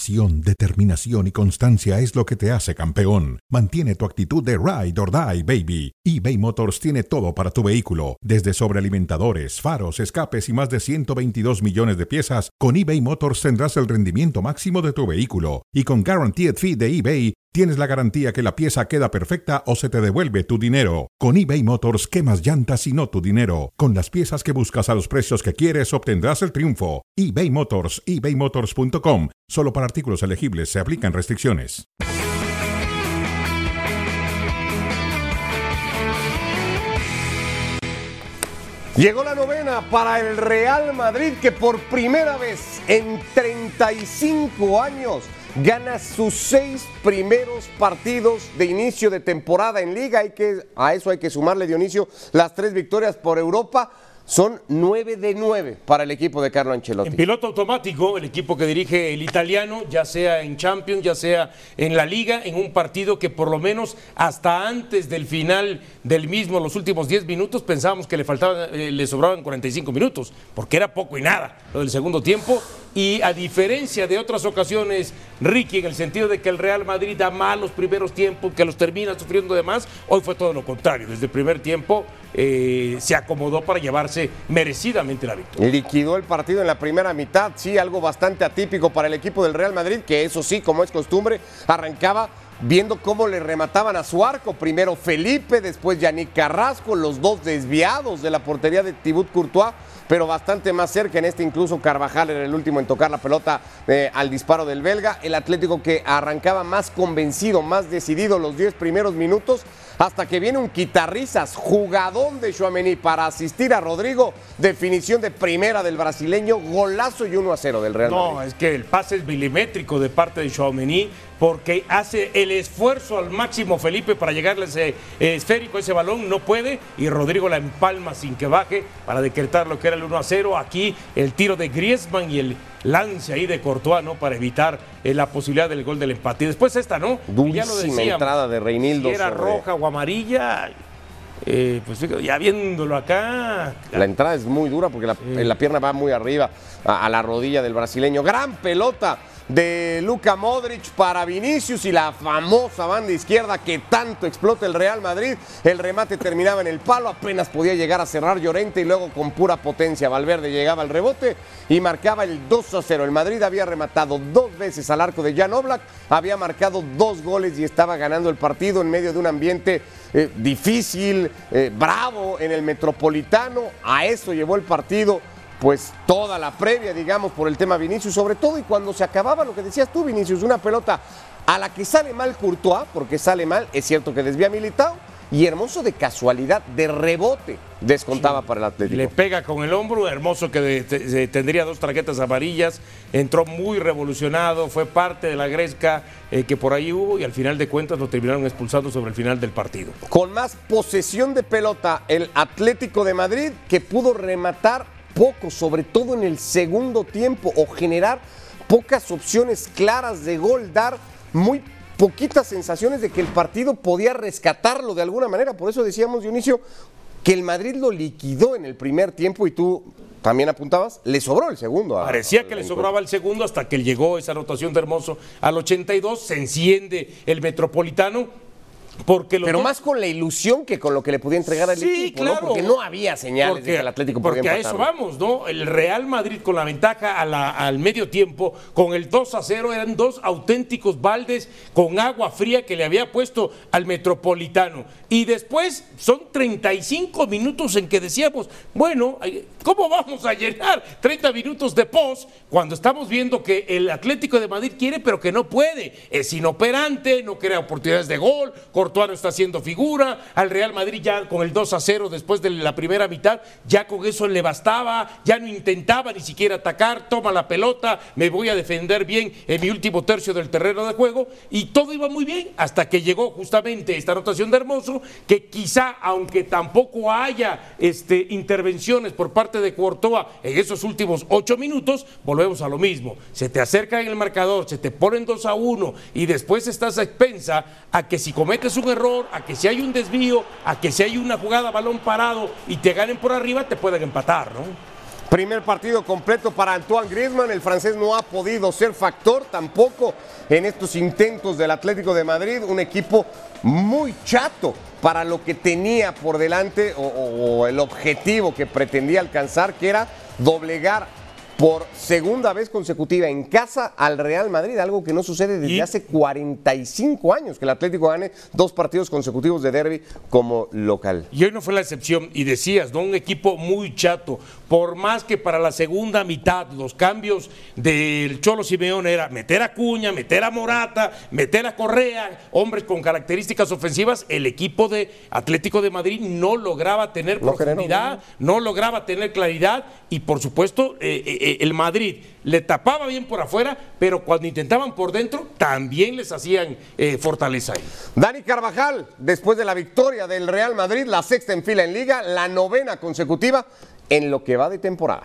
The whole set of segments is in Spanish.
Pasión, determinación y constancia es lo que te hace campeón. Mantiene tu actitud de ride or die, baby. eBay Motors tiene todo para tu vehículo, desde sobrealimentadores, faros, escapes y más de 122 millones de piezas. Con eBay Motors tendrás el rendimiento máximo de tu vehículo. Y con Guaranteed Fee de eBay, tienes la garantía que la pieza queda perfecta o se te devuelve tu dinero. Con eBay Motors, quemas llantas y no tu dinero. Con las piezas que buscas a los precios que quieres, obtendrás el triunfo. eBay Motors, ebaymotors.com. Solo para artículos elegibles se aplican restricciones. Llegó la novena para el Real Madrid, que por primera vez en 35 años gana sus 6 primeros partidos de inicio de temporada en Liga. A eso hay que sumarle, Dionisio, las 3 victorias por Europa. Son 9 de 9 para el equipo de Carlo Ancelotti. En piloto automático, el equipo que dirige el italiano, ya sea en Champions, ya sea en la Liga, en un partido que por lo menos hasta antes del final del mismo, los últimos 10 minutos, pensábamos que le sobraban 45 minutos, porque era poco y nada lo del segundo tiempo. Y a diferencia de otras ocasiones, Ricky, en el sentido de que el Real Madrid da mal los primeros tiempos, que los termina sufriendo de más, hoy fue todo lo contrario. Desde el primer tiempo se acomodó para llevarse merecidamente la victoria. Liquidó el partido en la primera mitad, sí, algo bastante atípico para el equipo del Real Madrid, que eso sí, como es costumbre, arrancaba viendo cómo le remataban a su arco. Primero Felipe, después Yannick Carrasco, los dos desviados de la portería de Thibaut Courtois, pero bastante más cerca. En este incluso Carvajal era el último en tocar la pelota al disparo del belga. El Atlético que arrancaba más convencido, más decidido los 10 primeros minutos, hasta que viene un quitarrisas, jugadón de Tchouaméni para asistir a Rodrigo, definición de primera del brasileño, golazo y 1-0 del Real Madrid. No, es que el pase es milimétrico de parte de Tchouaméni, porque hace el esfuerzo al máximo Felipe para llegarle a ese esférico, ese balón, no puede, y Rodrigo la empalma sin que baje para decretar lo que era el 1-0. Aquí el tiro de Griezmann y el lance ahí de Courtois, ¿no?, para evitar la posibilidad del gol del empate. Y después esta, ¿no? Durísima entrada de Reinildo. Si era roja o amarilla, pues ya viéndolo acá. La entrada es muy dura porque la pierna va muy arriba a la rodilla del brasileño. Gran pelota de Luka Modric para Vinicius y la famosa banda izquierda que tanto explota el Real Madrid. El remate terminaba en el palo, apenas podía llegar a cerrar Llorente y luego con pura potencia Valverde llegaba al rebote y marcaba el 2-0. El Madrid había rematado 2 veces al arco de Jan Oblak, había marcado 2 goles y estaba ganando el partido en medio de un ambiente difícil, bravo en el Metropolitano. A eso llevó el partido pues toda la previa, digamos, por el tema Vinicius, sobre todo, y cuando se acababa lo que decías tú, Vinicius, una pelota a la que sale mal Courtois, porque sale mal, es cierto que desvía Militao, y Hermoso de casualidad, de rebote, descontaba para el Atlético. Le pega con el hombro, Hermoso que tendría 2 tarjetas amarillas, entró muy revolucionado, fue parte de la gresca que por ahí hubo, y al final de cuentas lo terminaron expulsando sobre el final del partido. Con más posesión de pelota, el Atlético de Madrid, que pudo rematar poco, sobre todo en el segundo tiempo, o generar pocas opciones claras de gol, dar muy poquitas sensaciones de que el partido podía rescatarlo de alguna manera. Por eso decíamos, Dionisio, que el Madrid lo liquidó en el primer tiempo y tú también apuntabas, le sobró el segundo. Parecía que le sobraba el segundo hasta que llegó esa anotación de Hermoso al 82, se enciende el Metropolitano. Pero más con la ilusión que con lo que le podía entregar al equipo, claro, ¿no? Porque no había señales de que el Atlético podía empatar. Porque a eso vamos, ¿no? El Real Madrid con la ventaja al medio tiempo, con el 2-0, eran 2 auténticos baldes con agua fría que le había puesto al Metropolitano. Y después son 35 minutos en que decíamos, bueno, ¿cómo vamos a llenar 30 minutos de post cuando estamos viendo que el Atlético de Madrid quiere pero que no puede? Es inoperante, no crea oportunidades de gol, Courtois no está haciendo figura, al Real Madrid ya con el 2-0 después de la primera mitad, ya con eso le bastaba, ya no intentaba ni siquiera atacar, toma la pelota, me voy a defender bien en mi último tercio del terreno de juego, y todo iba muy bien hasta que llegó justamente esta anotación de Hermoso, que quizá, aunque tampoco haya intervenciones por parte de Courtois en esos últimos 8 minutos, volvemos a lo mismo, se te acerca en el marcador, se te ponen 2-1 y después estás a expensa a que si cometes un error, a que si hay un desvío, a que si hay una jugada balón parado y te ganen por arriba, te pueden empatar, ¿no? Primer partido completo para Antoine Griezmann. El francés no ha podido ser factor tampoco en estos intentos del Atlético de Madrid. Un equipo muy chato para lo que tenía por delante o el objetivo que pretendía alcanzar, que era doblegar por segunda vez consecutiva en casa al Real Madrid, algo que no sucede desde hace 45 años, que el Atlético gane 2 partidos consecutivos de derbi como local. Y hoy no fue la excepción, y decías, ¿no? Un equipo muy chato, por más que para la segunda mitad los cambios del Cholo Simeone era meter a Cuña, meter a Morata, meter a Correa, hombres con características ofensivas, el equipo de Atlético de Madrid no lograba tener profundidad, no lograba tener claridad, y por supuesto el Madrid le tapaba bien por afuera, pero cuando intentaban por dentro también les hacían fortaleza ahí. Dani Carvajal, después de la victoria del Real Madrid, la 6ª en fila en Liga, la 9ª consecutiva en lo que va de temporada.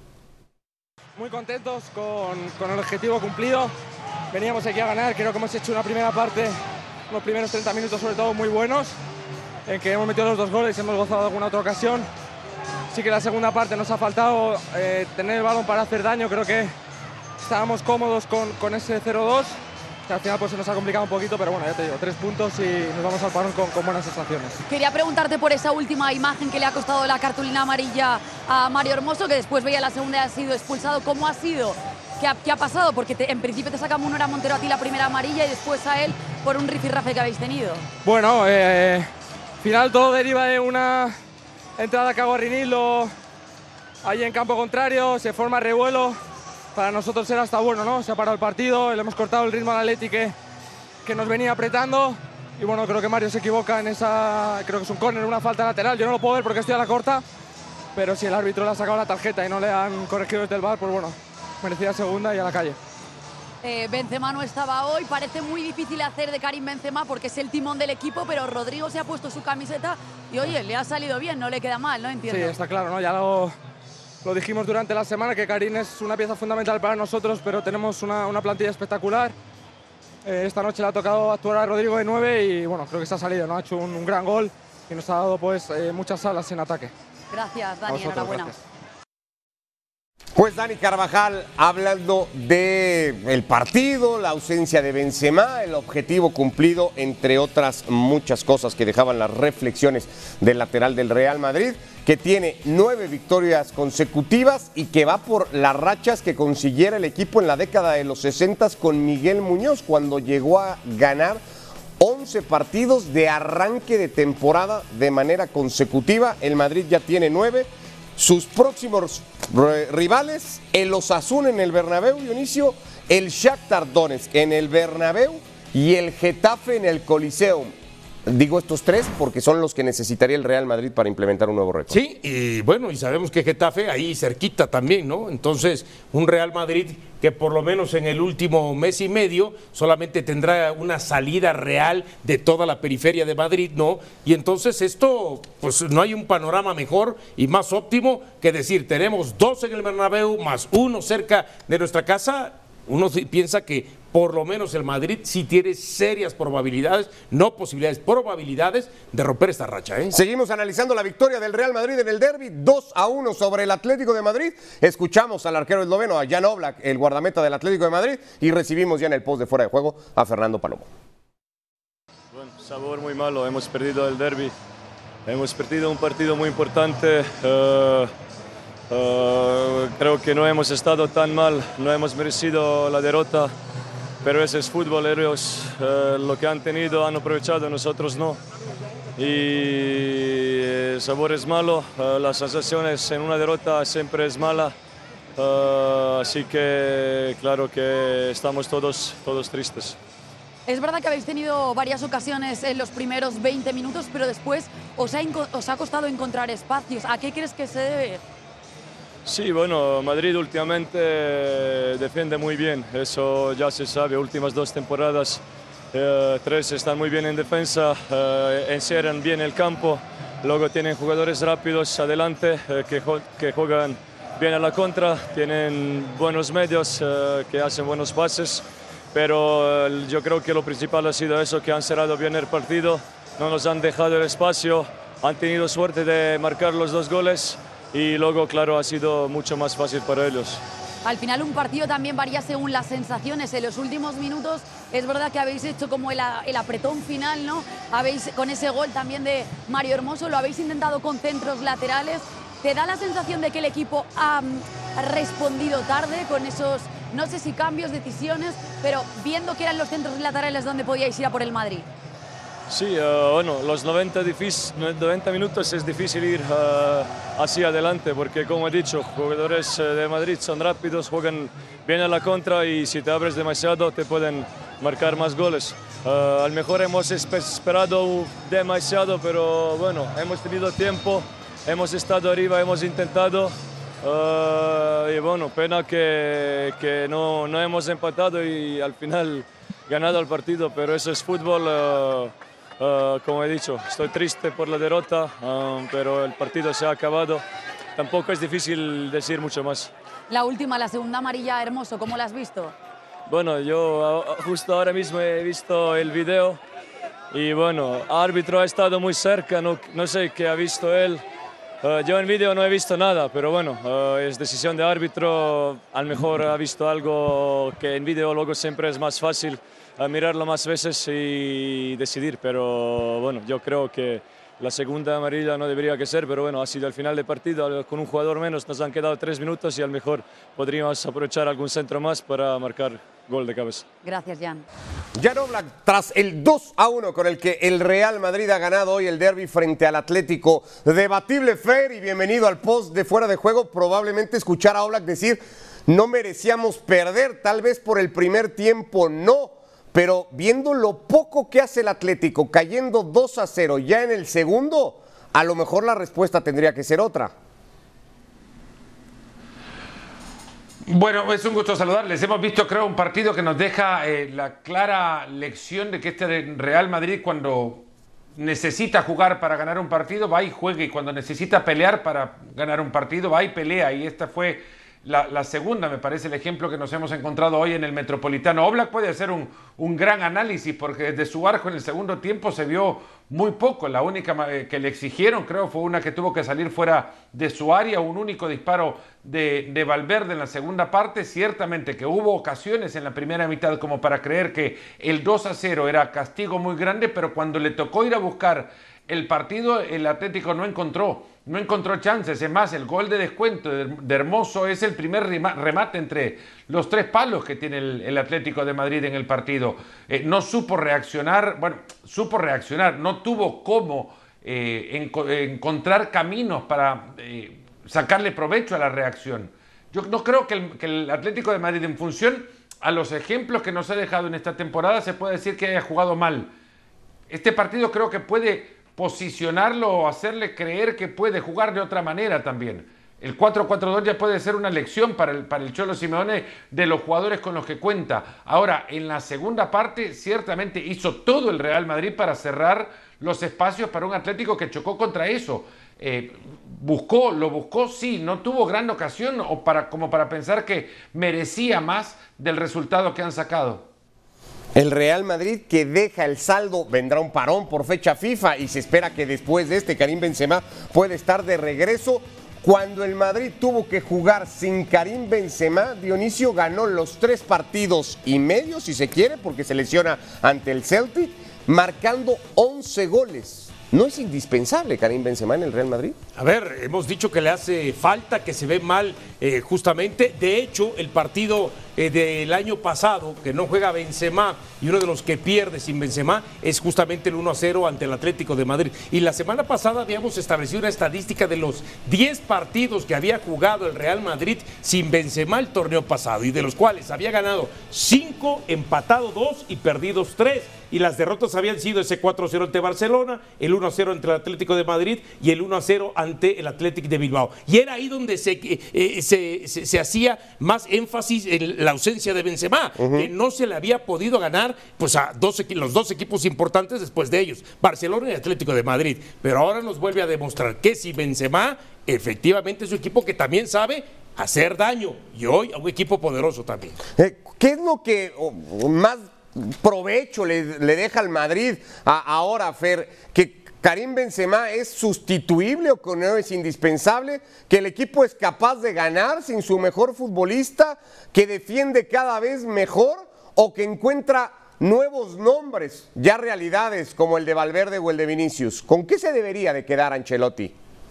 Muy contentos con el objetivo cumplido. Veníamos aquí a ganar, creo que hemos hecho una primera parte, los primeros 30 minutos sobre todo muy buenos, en que hemos metido los 2 goles y hemos gozado de alguna otra ocasión. Sí que la segunda parte nos ha faltado tener el balón para hacer daño, creo que estábamos cómodos con ese 0-2, que al final pues se nos ha complicado un poquito, pero bueno, ya te digo, 3 puntos y nos vamos al parón con buenas sensaciones. Quería preguntarte por esa última imagen que le ha costado la cartulina amarilla a Mario Hermoso, que después veía la segunda y ha sido expulsado. ¿Cómo ha sido? ¿Qué ha pasado? Porque en principio te saca Munera Montero a ti la primera amarilla y después a él por un rifirrafe que habéis tenido. Bueno, al final todo deriva de una entrada que hago a Rinildo ahí en campo contrario, se forma revuelo. Para nosotros era hasta bueno, ¿no? Se ha parado el partido, le hemos cortado el ritmo al Atleti que nos venía apretando. Y bueno, creo que Mario se equivoca en esa, creo que es un córner, una falta lateral. Yo no lo puedo ver porque estoy a la corta, pero si el árbitro le ha sacado la tarjeta y no le han corregido desde el VAR, pues bueno, merecía segunda y a la calle. Benzema no estaba hoy, parece muy difícil hacer de Karim Benzema porque es el timón del equipo, pero Rodrigo se ha puesto su camiseta y oye, le ha salido bien, no le queda mal, ¿no? Entiendo. Sí, está claro, ¿no? Ya lo dijimos durante la semana, que Karim es una pieza fundamental para nosotros, pero tenemos una plantilla espectacular. Esta noche le ha tocado actuar a Rodrigo de 9 y bueno, creo que se ha salido, ¿no? Ha hecho un gran gol y nos ha dado pues muchas alas en ataque. Gracias, Dani, enhorabuena. Gracias. Pues Dani Carvajal hablando del partido, la ausencia de Benzema, el objetivo cumplido, entre otras muchas cosas que dejaban las reflexiones del lateral del Real Madrid, que tiene 9 victorias consecutivas y que va por las rachas que consiguiera el equipo en la década de los 60 con Miguel Muñoz, cuando llegó a ganar 11 partidos de arranque de temporada de manera consecutiva. El Madrid ya tiene 9. Sus próximos rivales, el Osasuna en el Bernabéu, Dionisio, el Shakhtar Donetsk en el Bernabéu y el Getafe en el Coliseum. Digo estos 3 porque son los que necesitaría el Real Madrid para implementar un nuevo récord. Sí, y bueno, y sabemos que Getafe ahí cerquita también, ¿no? Entonces, un Real Madrid que por lo menos en el último mes y medio solamente tendrá una salida real de toda la periferia de Madrid, ¿no? Y entonces esto, pues no hay un panorama mejor y más óptimo que decir, tenemos 2 en el Bernabéu más 1 cerca de nuestra casa. Uno piensa que por lo menos el Madrid sí tiene serias probabilidades, no posibilidades, probabilidades de romper esta racha, ¿eh? Seguimos analizando la victoria del Real Madrid en el derbi, 2-1 sobre el Atlético de Madrid. Escuchamos al arquero esloveno, a Jan Oblak, el guardameta del Atlético de Madrid, y recibimos ya en el post de fuera de juego a Fernando Palomo. Bueno, sabor muy malo, hemos perdido el derbi, hemos perdido un partido muy importante. Creo que no hemos estado tan mal, no hemos merecido la derrota, pero ese es fútbol, ellos lo que han tenido han aprovechado, nosotros no. Y el sabor es malo, las sensaciones en una derrota siempre es mala, así que claro que estamos todos tristes. Es verdad que habéis tenido varias ocasiones en los primeros 20 minutos, pero después os ha costado encontrar espacios. ¿A qué crees que se debe? Sí, bueno, Madrid últimamente defiende muy bien, eso ya se sabe, últimas 2 temporadas, 3 están muy bien en defensa, encierran bien el campo, luego tienen jugadores rápidos adelante que juegan bien a la contra, tienen buenos medios que hacen buenos pases, pero yo creo que lo principal ha sido eso, que han cerrado bien el partido, no nos han dejado el espacio, han tenido suerte de marcar los 2 goles. y luego, claro, ha sido mucho más fácil para ellos. Al final un partido también varía según las sensaciones. En los últimos minutos es verdad que habéis hecho como el apretón final, ¿no? Habéis, con ese gol también de Mario Hermoso, lo habéis intentado con centros laterales. ¿Te da la sensación de que el equipo ha respondido tarde con esos, no sé si cambios, decisiones, pero viendo que eran los centros laterales donde podíais ir a por el Madrid? Sí, bueno, los 90 minutos es difícil ir hacia adelante porque, como he dicho, jugadores de Madrid son rápidos, juegan bien a la contra y si te abres demasiado te pueden marcar más goles. A lo mejor hemos esperado demasiado, pero bueno, hemos tenido tiempo, hemos estado arriba, hemos intentado. Y bueno, pena que no hemos empatado y al final ganado el partido, pero eso es fútbol. Como he dicho, estoy triste por la derrota, pero el partido se ha acabado. Tampoco es difícil decir mucho más. La última, la segunda amarilla, Hermoso, ¿cómo la has visto? Bueno, yo justo ahora mismo he visto el video y bueno, el árbitro ha estado muy cerca, no sé qué ha visto él. Yo en vídeo no he visto nada, pero bueno, es decisión de árbitro. A lo mejor ha visto algo que en vídeo luego siempre es más fácil mirarlo más veces y decidir, pero bueno, yo creo que la segunda amarilla no debería que ser, pero bueno, ha sido el final de partido, con un jugador menos nos han quedado 3 minutos y a lo mejor podríamos aprovechar algún centro más para marcar gol de cabeza. Gracias, Jan. Jan Oblak, tras el 2-1 con el que el Real Madrid ha ganado hoy el derbi frente al Atlético, debatible, Fer, y bienvenido al post de Fuera de Juego. Probablemente escuchar a Oblak decir, no merecíamos perder, tal vez por el primer tiempo no, pero viendo lo poco que hace el Atlético, cayendo 2-0 ya en el segundo, a lo mejor la respuesta tendría que ser otra. Bueno, es un gusto saludarles. Hemos visto, creo, un partido que nos deja la clara lección de que este Real Madrid, cuando necesita jugar para ganar un partido, va y juega, y cuando necesita pelear para ganar un partido, va y pelea, y esta fue la segunda, me parece, el ejemplo que nos hemos encontrado hoy en el Metropolitano. Oblak puede hacer un gran análisis porque desde su arco en el segundo tiempo se vio muy poco. La única que le exigieron, creo, fue una que tuvo que salir fuera de su área, un único disparo de Valverde en la segunda parte. Ciertamente que hubo ocasiones en la primera mitad como para creer que el 2-0 era castigo muy grande, pero cuando le tocó ir a buscar el partido, el Atlético no encontró chances. Es más, el gol de descuento de Hermoso es el primer remate entre los 3 palos que tiene el Atlético de Madrid en el partido. No supo reaccionar, supo reaccionar, no tuvo cómo encontrar caminos para sacarle provecho a la reacción. Yo no creo que el Atlético de Madrid, en función a los ejemplos que nos ha dejado en esta temporada, se puede decir que haya jugado mal. Este partido creo que puede posicionarlo o hacerle creer que puede jugar de otra manera también. El 4-4-2 ya puede ser una lección para el Cholo Simeone de los jugadores con los que cuenta. Ahora, en la segunda parte, ciertamente hizo todo el Real Madrid para cerrar los espacios para un Atlético que chocó contra eso. Lo buscó, sí, no tuvo gran ocasión como para pensar que merecía más del resultado que han sacado. El Real Madrid que deja el saldo, vendrá un parón por fecha FIFA y se espera que después de este Karim Benzema puede estar de regreso. Cuando el Madrid tuvo que jugar sin Karim Benzema, Dionisio ganó los 3 partidos y medio, si se quiere, porque se lesiona ante el Celtic, marcando 11 goles. ¿No es indispensable Karim Benzema en el Real Madrid? A ver, hemos dicho que le hace falta, que se ve mal justamente. De hecho, el partido del año pasado, que no juega Benzema, y uno de los que pierde sin Benzema, es justamente el 1-0 ante el Atlético de Madrid. Y la semana pasada habíamos establecido una estadística de los 10 partidos que había jugado el Real Madrid sin Benzema el torneo pasado, y de los cuales había ganado 5, empatado 2 y perdidos 3. Y las derrotas habían sido ese 4-0 ante Barcelona, el 1-0 ante el Atlético de Madrid y el 1-0 ante el Athletic de Bilbao. Y era ahí donde se hacía más énfasis en la ausencia de Benzema, que no se le había podido ganar pues a los 2 equipos importantes después de ellos, Barcelona y Atlético de Madrid. Pero ahora nos vuelve a demostrar que si Benzema efectivamente es un equipo que también sabe hacer daño, y hoy a un equipo poderoso también. ¿Qué es lo que más provecho le deja al Madrid ahora, Fer? Que ¿Karim Benzema es sustituible o que no es indispensable? ¿Que el equipo es capaz de ganar sin su mejor futbolista? ¿Que defiende cada vez mejor? ¿O que encuentra nuevos nombres, ya realidades como el de Valverde o el de Vinicius? ¿Con qué se debería de quedar Ancelotti?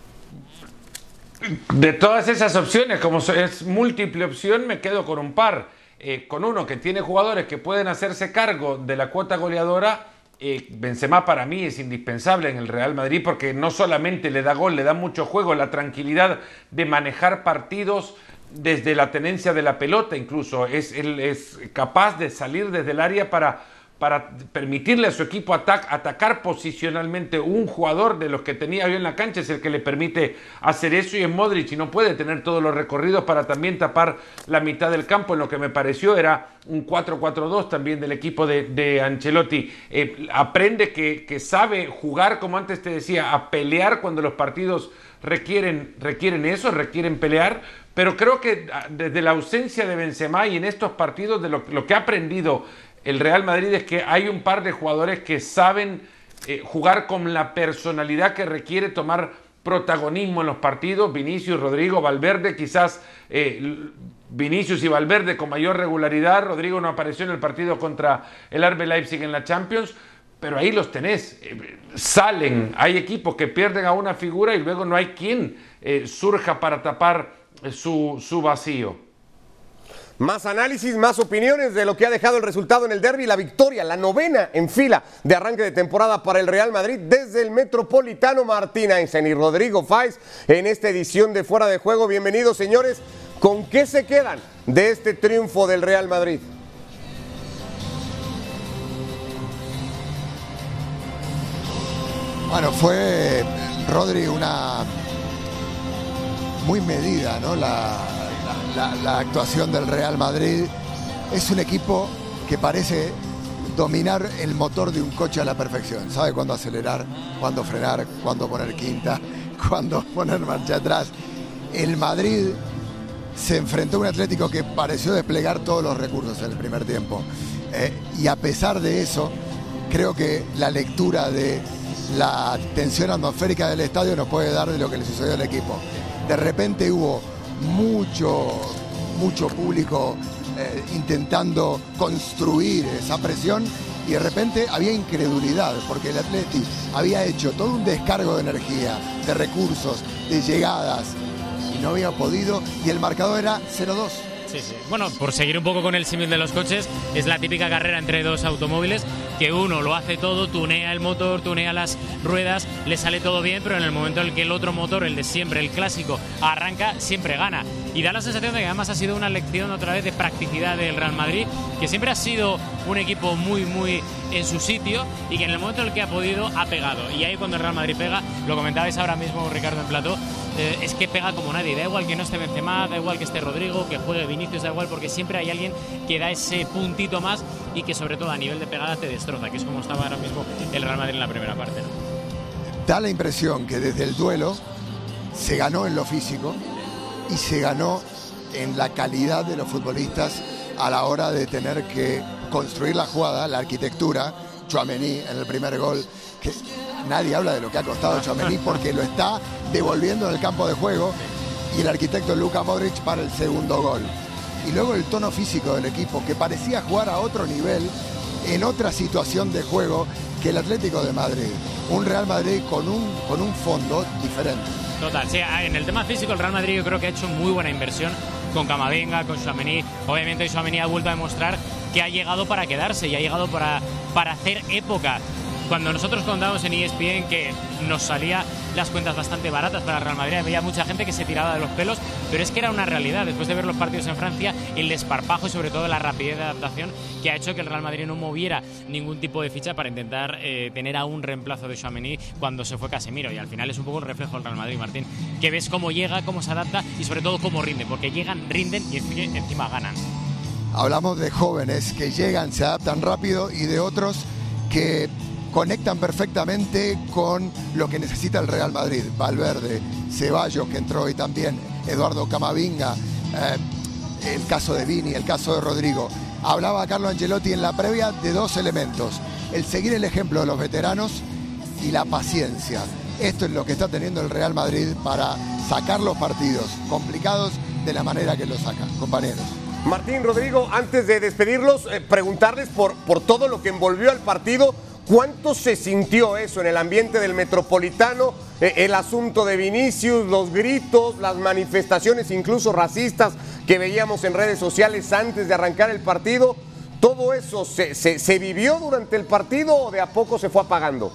De todas esas opciones, como es múltiple opción, me quedo con un par. Con uno que tiene jugadores que pueden hacerse cargo de la cuota goleadora. Benzema para mí es indispensable en el Real Madrid porque no solamente le da gol, le da mucho juego, la tranquilidad de manejar partidos desde la tenencia de la pelota, incluso él es capaz de salir desde el área para permitirle a su equipo atacar posicionalmente. Un jugador de los que tenía hoy en la cancha es el que le permite hacer eso, y en Modric, y no puede tener todos los recorridos para también tapar la mitad del campo, en lo que me pareció era un 4-4-2 también del equipo de Ancelotti. Aprende que sabe jugar, como antes te decía, a pelear cuando los partidos requieren eso, requieren pelear, pero creo que desde la ausencia de Benzema y en estos partidos de lo que ha aprendido el Real Madrid es que hay un par de jugadores que saben jugar con la personalidad que requiere tomar protagonismo en los partidos. Vinicius, Rodrigo, Valverde, quizás Vinicius y Valverde con mayor regularidad. Rodrigo no apareció en el partido contra el RB Leipzig en la Champions, pero ahí los tenés. Salen, hay equipos que pierden a una figura y luego no hay quien surja para tapar su vacío. Más análisis, más opiniones de lo que ha dejado el resultado en el derbi, la victoria, la 9ª en fila de arranque de temporada para el Real Madrid desde el Metropolitano. Martín Einstein y Rodrigo Fáez en esta edición de Fuera de Juego. Bienvenidos, señores. ¿Con qué se quedan de este triunfo del Real Madrid? Bueno, fue, Rodri, una muy medida, ¿no? La actuación del Real Madrid. Es un equipo que parece dominar el motor de un coche a la perfección. Sabe cuándo acelerar, cuándo frenar, cuándo poner quinta, cuándo poner marcha atrás. El Madrid se enfrentó a un Atlético que pareció desplegar todos los recursos en el primer tiempo. Y a pesar de eso, creo que la lectura de la tensión atmosférica del estadio nos puede dar de lo que le sucedió al equipo. De repente hubo mucho público intentando construir esa presión, y de repente había incredulidad porque el Atleti había hecho todo un descargo de energía, de recursos, de llegadas, y no había podido, y el marcador era 0-2. Sí. Bueno, por seguir un poco con el símil de los coches, es la típica carrera entre dos automóviles que uno lo hace todo, tunea el motor, tunea las ruedas, le sale todo bien, pero en el momento en el que el otro motor, el de siempre, el clásico, arranca, siempre gana. Y da la sensación de que además ha sido una lección otra vez de practicidad del Real Madrid, que siempre ha sido un equipo muy en su sitio y que en el momento en el que ha podido, ha pegado. Y ahí cuando el Real Madrid pega, lo comentabais ahora mismo, Ricardo, en plató, es que pega como nadie. Da igual que no esté Benzema, da igual que esté Rodrigo, que juegue Vinicius, da igual, porque siempre hay alguien que da ese puntito más y que sobre todo a nivel de pegada te destroza, que es como estaba ahora mismo el Real Madrid en la primera parte, ¿no? Da la impresión que desde el duelo se ganó en lo físico y se ganó en la calidad de los futbolistas a la hora de tener que construir la jugada, la arquitectura. Tchouaméni en el primer gol, que nadie habla de lo que ha costado Tchouaméni porque lo está devolviendo en el campo de juego, y el arquitecto Luka Modric para el segundo gol. Y luego el tono físico del equipo, que parecía jugar a otro nivel, en otra situación de juego que el Atlético de Madrid. Un Real Madrid con un fondo diferente. Total, sí, en el tema físico el Real Madrid yo creo que ha hecho muy buena inversión con Camavinga, con Tchouaméni. Obviamente Tchouaméni ha vuelto a demostrar que ha llegado para quedarse y ha llegado para hacer época. Cuando nosotros contábamos en ESPN que nos salía las cuentas bastante baratas para el Real Madrid, había mucha gente que se tiraba de los pelos, pero es que era una realidad. Después de ver los partidos en Francia, el desparpajo y sobre todo la rapidez de adaptación que ha hecho que el Real Madrid no moviera ningún tipo de ficha para intentar tener a un reemplazo de Tchouaméni cuando se fue Casemiro. Y al final es un poco el reflejo del Real Madrid, Martín, que ves cómo llega, cómo se adapta y sobre todo cómo rinde, porque llegan, rinden y encima ganan. Hablamos de jóvenes que llegan, se adaptan rápido, y de otros que conectan perfectamente con lo que necesita el Real Madrid. Valverde, Ceballos, que entró hoy también, Eduardo Camavinga, el caso de Vini, el caso de Rodrigo. Hablaba Carlo Ancelotti en la previa de dos elementos: el seguir el ejemplo de los veteranos y la paciencia. Esto es lo que está teniendo el Real Madrid para sacar los partidos complicados de la manera que lo saca, compañeros. Martín, Rodrigo, antes de despedirlos, preguntarles por todo lo que envolvió al partido. ¿Cuánto se sintió eso en el ambiente del Metropolitano? El asunto de Vinicius, los gritos, las manifestaciones incluso racistas que veíamos en redes sociales antes de arrancar el partido. ¿Todo eso se vivió durante el partido o de a poco se fue apagando?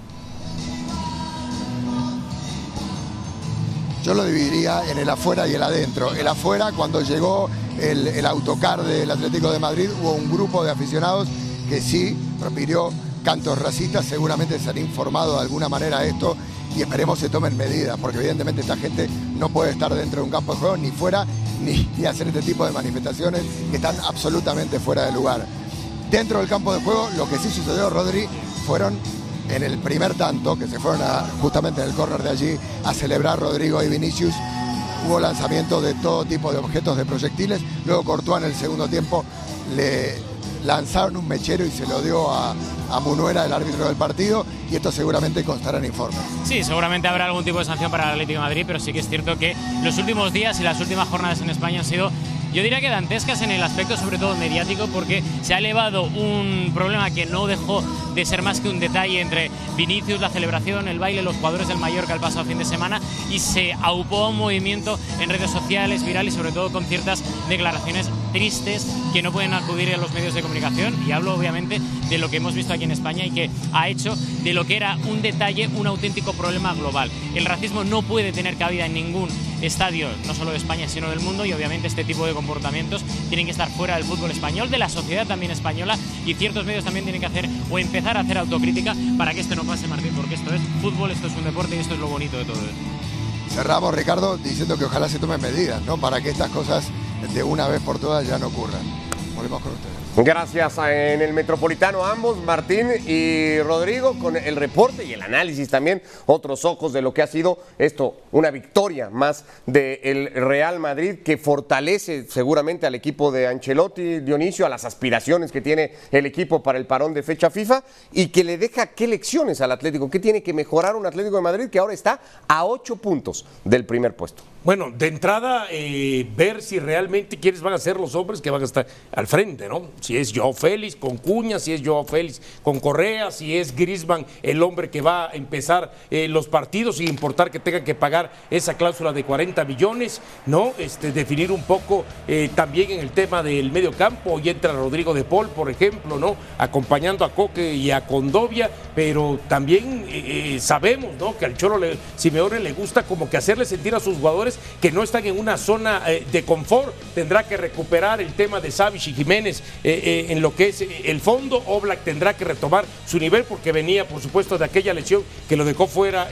Yo lo dividiría en el afuera y el adentro. El afuera, cuando llegó el autocar del Atlético de Madrid, hubo un grupo de aficionados que sí profirió cantos racistas. Seguramente se han informado de alguna manera esto y esperemos se tomen medidas, porque evidentemente esta gente no puede estar dentro de un campo de juego, ni fuera, ni hacer este tipo de manifestaciones que están absolutamente fuera de lugar. Dentro del campo de juego, lo que sí sucedió, Rodri, fueron en el primer tanto, que se fueron justamente en el córner de allí a celebrar Rodrigo y Vinicius. Hubo lanzamiento de todo tipo de objetos, de proyectiles. Luego Courtois en el segundo tiempo le lanzaron un mechero y se lo dio a Munuera, el árbitro del partido, y esto seguramente constará en informes. Sí, seguramente habrá algún tipo de sanción para el Atlético de Madrid, pero sí que es cierto que los últimos días y las últimas jornadas en España han sido, yo diría que dantescas en el aspecto sobre todo mediático, porque se ha elevado un problema que no dejó de ser más que un detalle entre Vinicius, la celebración, el baile, los jugadores del Mallorca el pasado fin de semana, y se aupó a un movimiento en redes sociales viral y sobre todo con ciertas declaraciones tristes que no pueden acudir a los medios de comunicación, y hablo obviamente de lo que hemos visto aquí en España y que ha hecho de lo que era un detalle un auténtico problema global. El racismo no puede tener cabida en ningún estadio, no solo de España sino del mundo, y obviamente este tipo de comportamientos tienen que estar fuera del fútbol español, de la sociedad también española, y ciertos medios también tienen que hacer o empezar a hacer autocrítica para que esto no pase, Martín, porque esto es fútbol, esto es un deporte y esto es lo bonito de todo esto. Cerramos, Ricardo, diciendo que ojalá se tomen medidas, ¿no?, para que estas cosas de una vez por todas ya no ocurran. Volvemos con ustedes. Gracias en el Metropolitano a ambos, Martín y Rodrigo, con el reporte y el análisis también, otros ojos de lo que ha sido esto, una victoria más del Real Madrid que fortalece seguramente al equipo de Ancelotti, Dionisio, a las aspiraciones que tiene el equipo para el parón de fecha FIFA y que le deja qué lecciones al Atlético, qué tiene que mejorar un Atlético de Madrid que ahora está a 8 puntos del primer puesto. Bueno, de entrada, ver si realmente quiénes van a ser los hombres que van a estar al frente, ¿no? Si es Joao Félix con Cuña, si es Joao Félix con Correa, si es Griezmann el hombre que va a empezar los partidos, sin importar que tengan que pagar esa cláusula de 40 millones, ¿no? Definir un poco también en el tema del medio campo, y entra Rodrigo de Paul, por ejemplo, ¿no? Acompañando a Coque y a Condovia, pero también sabemos, ¿no?, que al Cholo Simeone le gusta como que hacerle sentir a sus jugadores que no están en una zona de confort. Tendrá que recuperar el tema de Savic y Jiménez en lo que es el fondo. Oblak tendrá que retomar su nivel porque venía, por supuesto, de aquella lesión que lo dejó fuera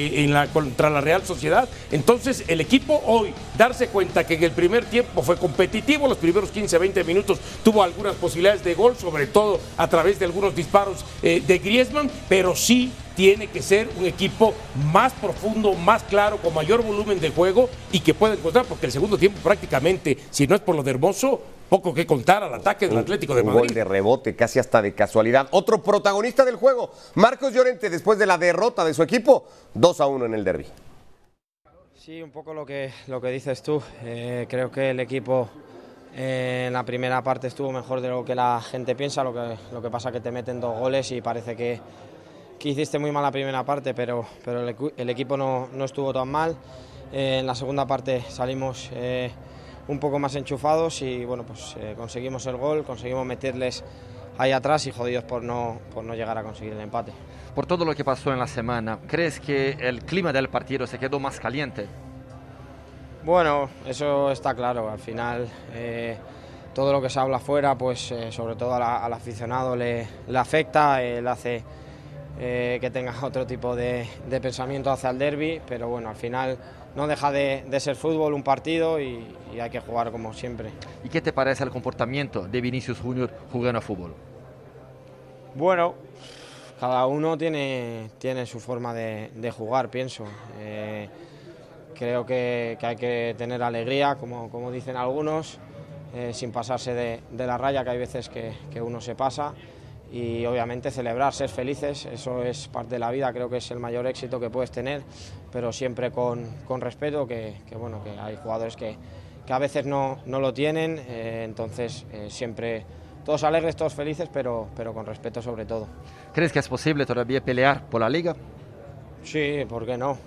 contra la Real Sociedad. Entonces, el equipo hoy, darse cuenta que en el primer tiempo fue competitivo, los primeros 15-20 minutos tuvo algunas posibilidades de gol, sobre todo a través de algunos disparos de Griezmann, pero sí tiene que ser un equipo más profundo, más claro, con mayor volumen de juego y que pueda encontrar, porque el segundo tiempo prácticamente, si no es por lo de Hermoso, poco que contar al ataque del Atlético de Madrid. Un gol de rebote, casi hasta de casualidad. Otro protagonista del juego, Marcos Llorente, después de la derrota de su equipo, 2-1 en el derbi. Sí, un poco lo que dices tú. Creo que el equipo en la primera parte estuvo mejor de lo que la gente piensa, lo que pasa que te meten 2 goles y parece que hiciste muy mal la primera parte, pero el equipo no estuvo tan mal. En la segunda parte salimos un poco más enchufados y bueno, pues conseguimos el gol, conseguimos meterles ahí atrás y jodidos por no llegar a conseguir el empate. Por todo lo que pasó en la semana, ¿crees que el clima del partido se quedó más caliente? Bueno, eso está claro. Al final todo lo que se habla afuera, pues sobre todo al aficionado le afecta, le hace que tenga otro tipo de pensamiento hacia el derbi, pero bueno, al final no deja de ser fútbol, un partido y hay que jugar como siempre. ¿Y qué te parece el comportamiento de Vinicius Junior jugando a fútbol? Bueno, cada uno tiene su forma de jugar, pienso. Creo que hay que tener alegría, como dicen algunos, sin pasarse de la raya, que hay veces que uno se pasa. y obviamente celebrar, ser felices, eso es parte de la vida, creo que es el mayor éxito que puedes tener, pero siempre con respeto, que hay jugadores que a veces no lo tienen, entonces siempre todos alegres, todos felices, pero con respeto sobre todo. ¿Crees que es posible todavía pelear por la Liga? Sí, ¿por qué no?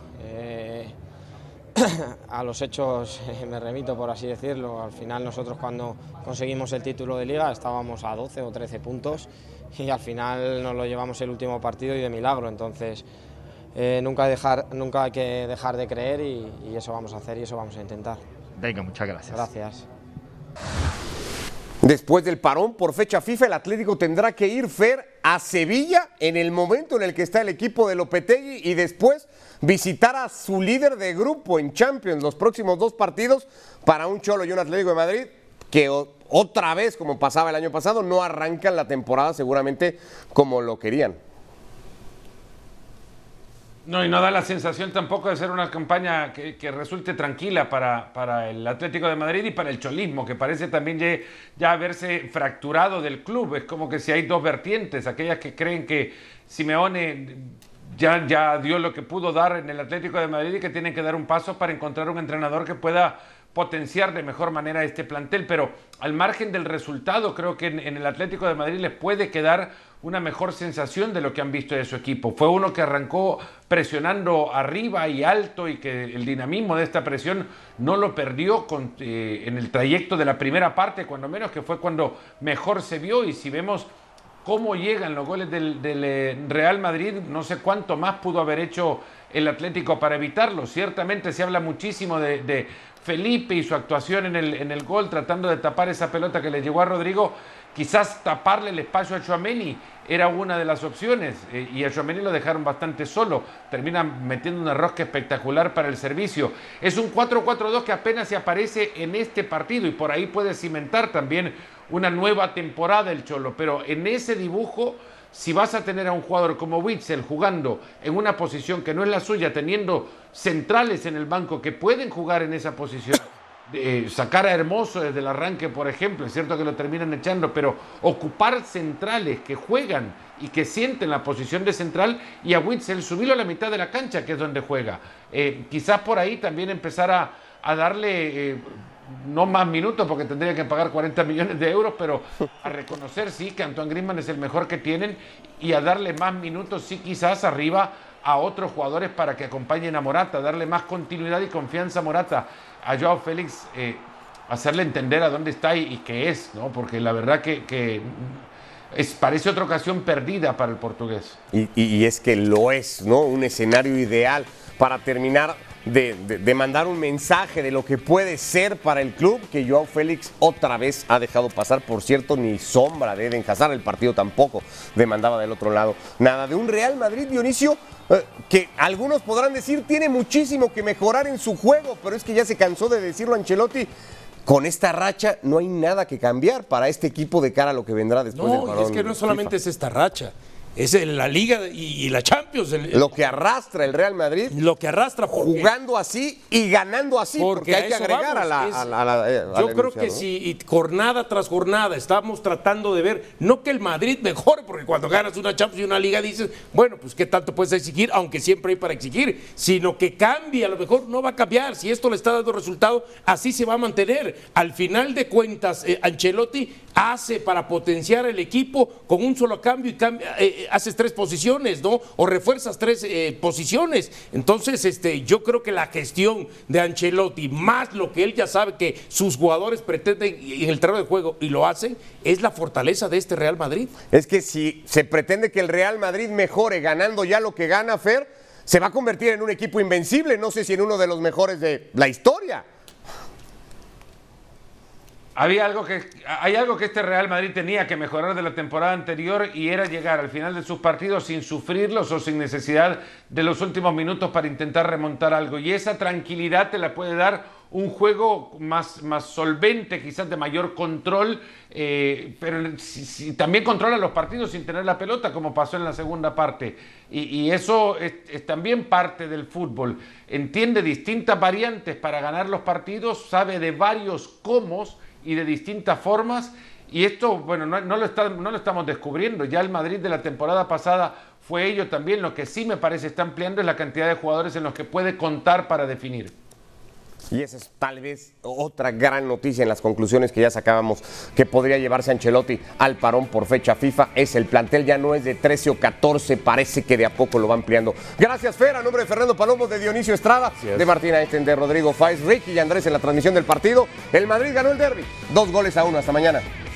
A los hechos me remito, por así decirlo. Al final nosotros cuando conseguimos el título de Liga estábamos a 12 o 13 puntos y al final nos lo llevamos el último partido y de milagro. Entonces nunca hay que dejar de creer y eso vamos a hacer y eso vamos a intentar. Venga, muchas gracias. Gracias. Después del parón por fecha FIFA, el Atlético tendrá que ir, Fer, a Sevilla en el momento en el que está el equipo de Lopetegui y después visitar a su líder de grupo en Champions los próximos 2 partidos para un Cholo y un Atlético de Madrid que otra vez, como pasaba el año pasado, no arrancan la temporada seguramente como lo querían. No, y no da la sensación tampoco de ser una campaña que resulte tranquila para el Atlético de Madrid y para el cholismo, que parece también ya haberse fracturado del club. Es como que si hay 2 vertientes, aquellas que creen que Simeone ya dio lo que pudo dar en el Atlético de Madrid y que tienen que dar un paso para encontrar un entrenador que pueda potenciar de mejor manera este plantel, pero al margen del resultado creo que en el Atlético de Madrid les puede quedar una mejor sensación de lo que han visto de su equipo. Fue uno que arrancó presionando arriba y alto y que el dinamismo de esta presión no lo perdió en el trayecto de la primera parte, cuando menos, que fue cuando mejor se vio. Y si vemos cómo llegan los goles del Real Madrid, no sé cuánto más pudo haber hecho el Atlético para evitarlo. Ciertamente se habla muchísimo de Felipe y su actuación en el gol, tratando de tapar esa pelota que le llegó a Rodrigo. Quizás taparle el espacio a Tchouaméni era una de las opciones, y a Tchouaméni lo dejaron bastante solo. Termina metiendo una rosca espectacular para el servicio. Es un 4-4-2 que apenas se aparece en este partido y por ahí puede cimentar también una nueva temporada el Cholo. Pero en ese dibujo, si vas a tener a un jugador como Witsel jugando en una posición que no es la suya, teniendo centrales en el banco que pueden jugar en esa posición, sacar a Hermoso desde el arranque, por ejemplo, es cierto que lo terminan echando, pero ocupar centrales que juegan y que sienten la posición de central, y a Witsel subirlo a la mitad de la cancha, que es donde juega. Quizás por ahí también empezar a darle no más minutos, porque tendría que pagar 40 millones de euros, pero a reconocer sí que Antoine Griezmann es el mejor que tienen, y a darle más minutos sí, quizás arriba a otros jugadores para que acompañen a Morata, darle más continuidad y confianza a Morata, a Joao Félix, hacerle entender a dónde está y qué es, ¿no? Porque la verdad que parece otra ocasión perdida para el portugués. Y es que lo es, ¿no? Un escenario ideal para terminar de mandar un mensaje de lo que puede ser para el club, que Joao Félix otra vez ha dejado pasar. Por cierto, ni sombra de Eden Hazard, el partido tampoco demandaba del otro lado nada. De un Real Madrid, Dionisio, que algunos podrán decir tiene muchísimo que mejorar en su juego, pero es que ya se cansó de decirlo Ancelotti. Con esta racha no hay nada que cambiar para este equipo de cara a lo que vendrá después del parón. No, es que no solamente es esta racha, es la Liga y la Champions. Lo que arrastra el Real Madrid. Lo que arrastra. Jugando así y ganando así, porque hay que agregar yo creo que si jornada tras jornada estamos tratando de ver, no que el Madrid mejore, porque cuando ganas una Champions y una Liga dices, bueno, pues qué tanto puedes exigir, aunque siempre hay para exigir, sino que cambie, a lo mejor no va a cambiar. Si esto le está dando resultado, así se va a mantener. Al final de cuentas, Ancelotti hace para potenciar el equipo con un solo cambio y haces 3 posiciones, ¿no? O refuerzas 3 posiciones. Entonces, yo creo que la gestión de Ancelotti, más lo que él ya sabe que sus jugadores pretenden en el terreno de juego y lo hacen, es la fortaleza de este Real Madrid. Es que si se pretende que el Real Madrid mejore ganando ya lo que gana, Fer, se va a convertir en un equipo invencible, no sé si en uno de los mejores de la historia. Hay algo que este Real Madrid tenía que mejorar de la temporada anterior, y era llegar al final de sus partidos sin sufrirlos o sin necesidad de los últimos minutos para intentar remontar algo. Y esa tranquilidad te la puede dar un juego más solvente, quizás de mayor control, pero si también controla los partidos sin tener la pelota, como pasó en la segunda parte. Y eso es también parte del fútbol. Entiende distintas variantes para ganar los partidos, sabe de varios cómo y de distintas formas, Y esto, bueno, no lo estamos descubriendo. Ya el Madrid de la temporada pasada fue ello también. Lo que sí me parece está ampliando es la cantidad de jugadores en los que puede contar para definir. Y esa es tal vez otra gran noticia en las conclusiones que ya sacábamos, que podría llevarse a Ancelotti al parón por fecha FIFA. Es el plantel, ya no es de 13 o 14, parece que de a poco lo va ampliando. Gracias, Fer, a nombre de Fernando Palomo, de Dionisio Estrada, de Martina Einstein, de Rodrigo Fáez, Ricky y Andrés en la transmisión del partido. El Madrid ganó el derbi, 2-1. Hasta mañana.